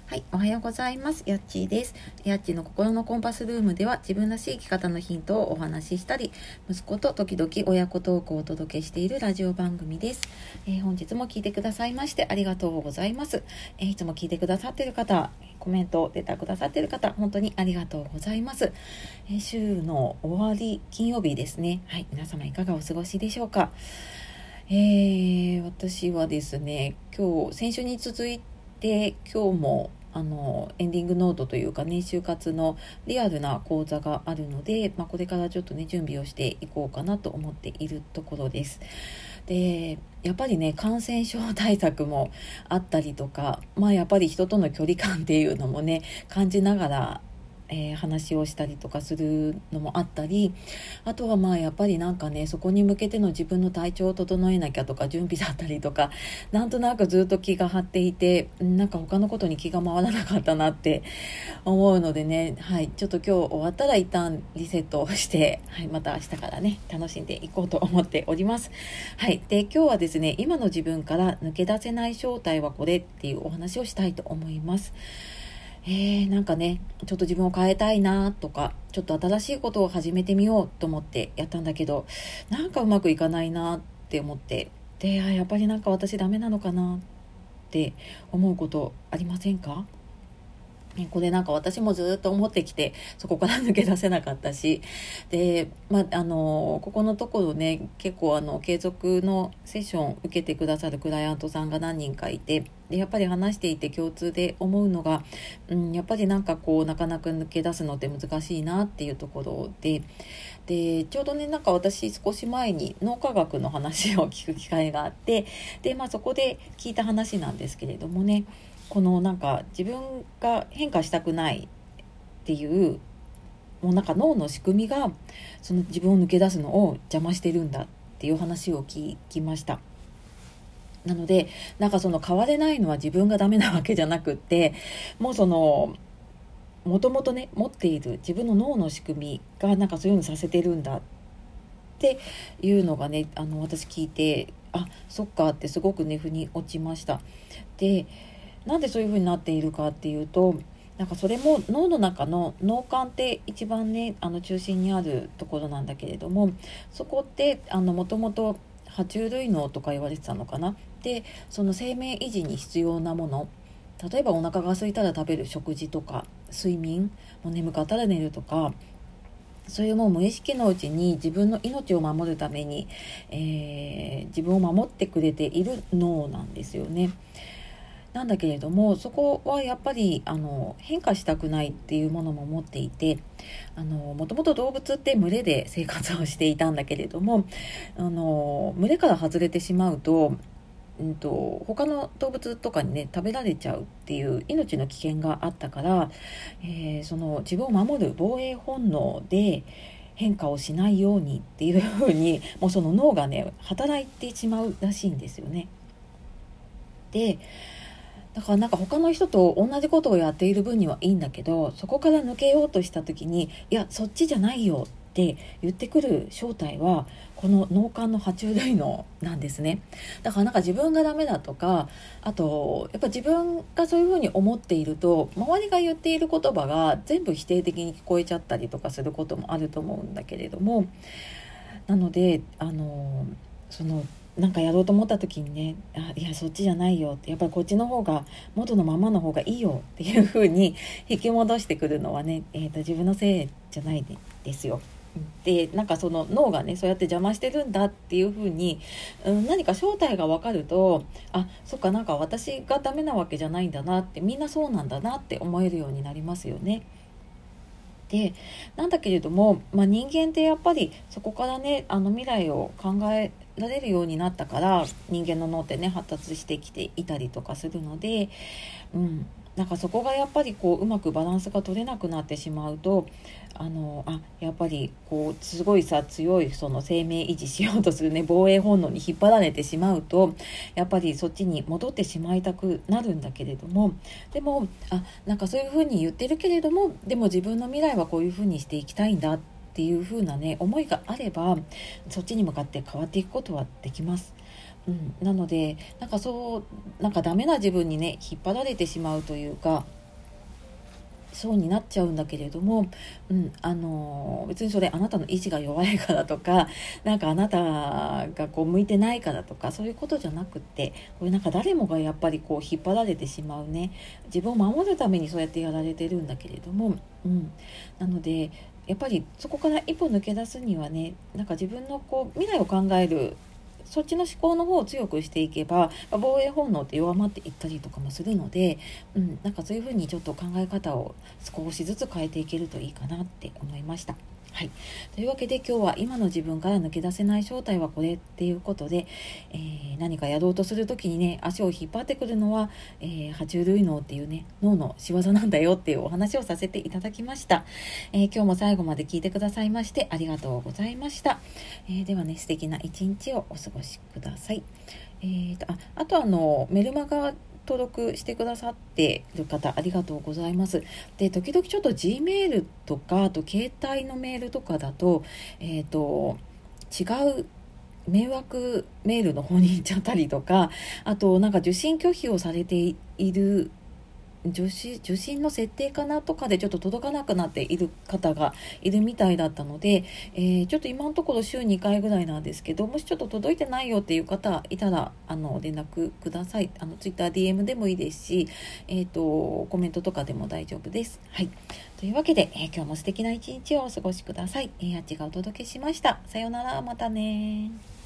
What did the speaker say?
はい、おはようございます。やっちーです。やっちーの心のコンパスルームでは自分らしい生き方のヒントをお話ししたり、息子と時々親子トークをお届けしているラジオ番組です。本日も聞いてくださいましてありがとうございます。いつも聞いてくださっている方、コメント、レターくださっている方、本当にありがとうございます。週の終わり、金曜日ですね。はい、皆様いかがお過ごしでしょうか。私はですね、先週に続いて今日もエンディングノートというかね、就活のリアルな講座があるので、これからちょっとね準備をしていこうかなと思っているところです。でやっぱりね、感染症対策もあったりとか、やっぱり人との距離感っていうのもね感じながら話をしたりとかするのもあったり、あとはやっぱりなんかね、そこに向けての自分の体調を整えなきゃとか準備だったりとか、なんとなくずっと気が張っていて、なんか他のことに気が回らなかったなって思うのでね、はい、ちょっと今日終わったら一旦リセットをして、はい、また明日からね楽しんでいこうと思っております。はい、で今日はですね、今の自分から抜け出せない正体はこれっていうお話をしたいと思います。なんかね、ちょっと自分を変えたいなとか、ちょっと新しいことを始めてみようと思ってやったんだけど、なんかうまくいかないなって思って、でやっぱりなんか私ダメなのかなって思うことありませんか？これなんか私もずっと思ってきて、そこから抜け出せなかったし、で、ここのところね、結構継続のセッション受けてくださるクライアントさんが何人かいて、でやっぱり話していて共通で思うのが、やっぱりなんかなかなか抜け出すのって難しいなっていうところで、ちょうどね、なんか私少し前に脳科学の話を聞く機会があって、でそこで聞いた話なんですけれどもね、このなんか自分が変化したくないっていう、もうなんか脳の仕組みがその自分を抜け出すのを邪魔してるんだっていう話を聞きました。なのでなんかその変われないのは自分がダメなわけじゃなくって、もうそのもともとね持っている自分の脳の仕組みがなんかそういうのさせてるんだっていうのがね、私聞いて、そっかってすごくね腑に落ちました。でなんでそういう風になっているかっていうと、なんかそれも脳の中の脳幹って一番ね中心にあるところなんだけれども、そこってもともと爬虫類脳とか言われてたのかな。でその生命維持に必要なもの、例えばお腹が空いたら食べる食事とか、睡眠、もう眠かったら寝るとか、そういうもう無意識のうちに自分の命を守るために、自分を守ってくれている脳なんですよね。なんだけれども、そこはやっぱり変化したくないっていうものも持っていて、もともと動物って群れで生活をしていたんだけれども、群れから外れてしまうと、他の動物とかにね食べられちゃうっていう命の危険があったから、その自分を守る防衛本能で変化をしないようにっていう風に、もうその脳がね働いてしまうらしいんですよね。でだからなんか他の人と同じことをやっている分にはいいんだけど、そこから抜けようとした時に、いやそっちじゃないよって言ってくる正体はこの脳幹の爬虫類脳なんですね。だからなんか自分がダメだとか、あとやっぱ自分がそういうふうに思っていると、周りが言っている言葉が全部否定的に聞こえちゃったりとかすることもあると思うんだけれども、なのでそのなんかやろうと思った時にね、いやそっちじゃないよって、やっぱりこっちの方が元のままの方がいいよっていう風に引き戻してくるのはね、自分のせいじゃないですよ。でなんかその脳がねそうやって邪魔してるんだっていう風に、何か正体が分かると、そっか、なんか私がダメなわけじゃないんだなって、みんなそうなんだなって思えるようになりますよね。でなんだけれども、人間ってやっぱりそこからね未来を考えられるようになったから、人間の脳ってね発達してきていたりとかするので、なんかそこがやっぱりうまくバランスが取れなくなってしまうと、やっぱりすごい強いその生命維持しようとするね防衛本能に引っ張られてしまうと、やっぱりそっちに戻ってしまいたくなるんだけれども、でもなんかそういうふうに言ってるけれども、でも自分の未来はこういうふうにしていきたいんだっていうふうなね思いがあれば、そっちに向かって変わっていくことはできます。なのでなんかダメな自分にね引っ張られてしまうというか、 そうになっちゃうんだけれども、別にそれあなたの意志が弱いからとか、なんかあなたがこう向いてないからとか、そういうことじゃなくって、これなんか誰もがやっぱりこう引っ張られてしまうね、自分を守るためにそうやってやられてるんだけれども、なのでやっぱりそこから一歩抜け出すにはね、なんか自分のこう未来を考える、そっちの思考の方を強くしていけば、防衛本能って弱まっていったりとかもするので、なんかそういうふうにちょっと考え方を少しずつ変えていけるといいかなって思いました。はい、というわけで今日は今の自分から抜け出せない正体はこれっていうことで、何かやろうとするときにね、足を引っ張ってくるのは、爬虫類脳っていうね、脳の仕業なんだよっていうお話をさせていただきました。今日も最後まで聞いてくださいましてありがとうございました。ではね、素敵な一日をお過ごしください。あとメルマガ登録してくださっている方ありがとうございます。で、時々ちょっと G メールとか、あと携帯のメールとかだと、違う迷惑メールの方に行っちゃったりとか、あとなんか受信拒否をされている受信の設定かなとかでちょっと届かなくなっている方がいるみたいだったので、ちょっと今のところ週2回ぐらいなんですけど、もしちょっと届いてないよっていう方いたら連絡ください。Twitter DM でもいいですし、コメントとかでも大丈夫です。はい、というわけで、今日も素敵な一日をお過ごしください。あっちがお届けしました。さようなら、またね。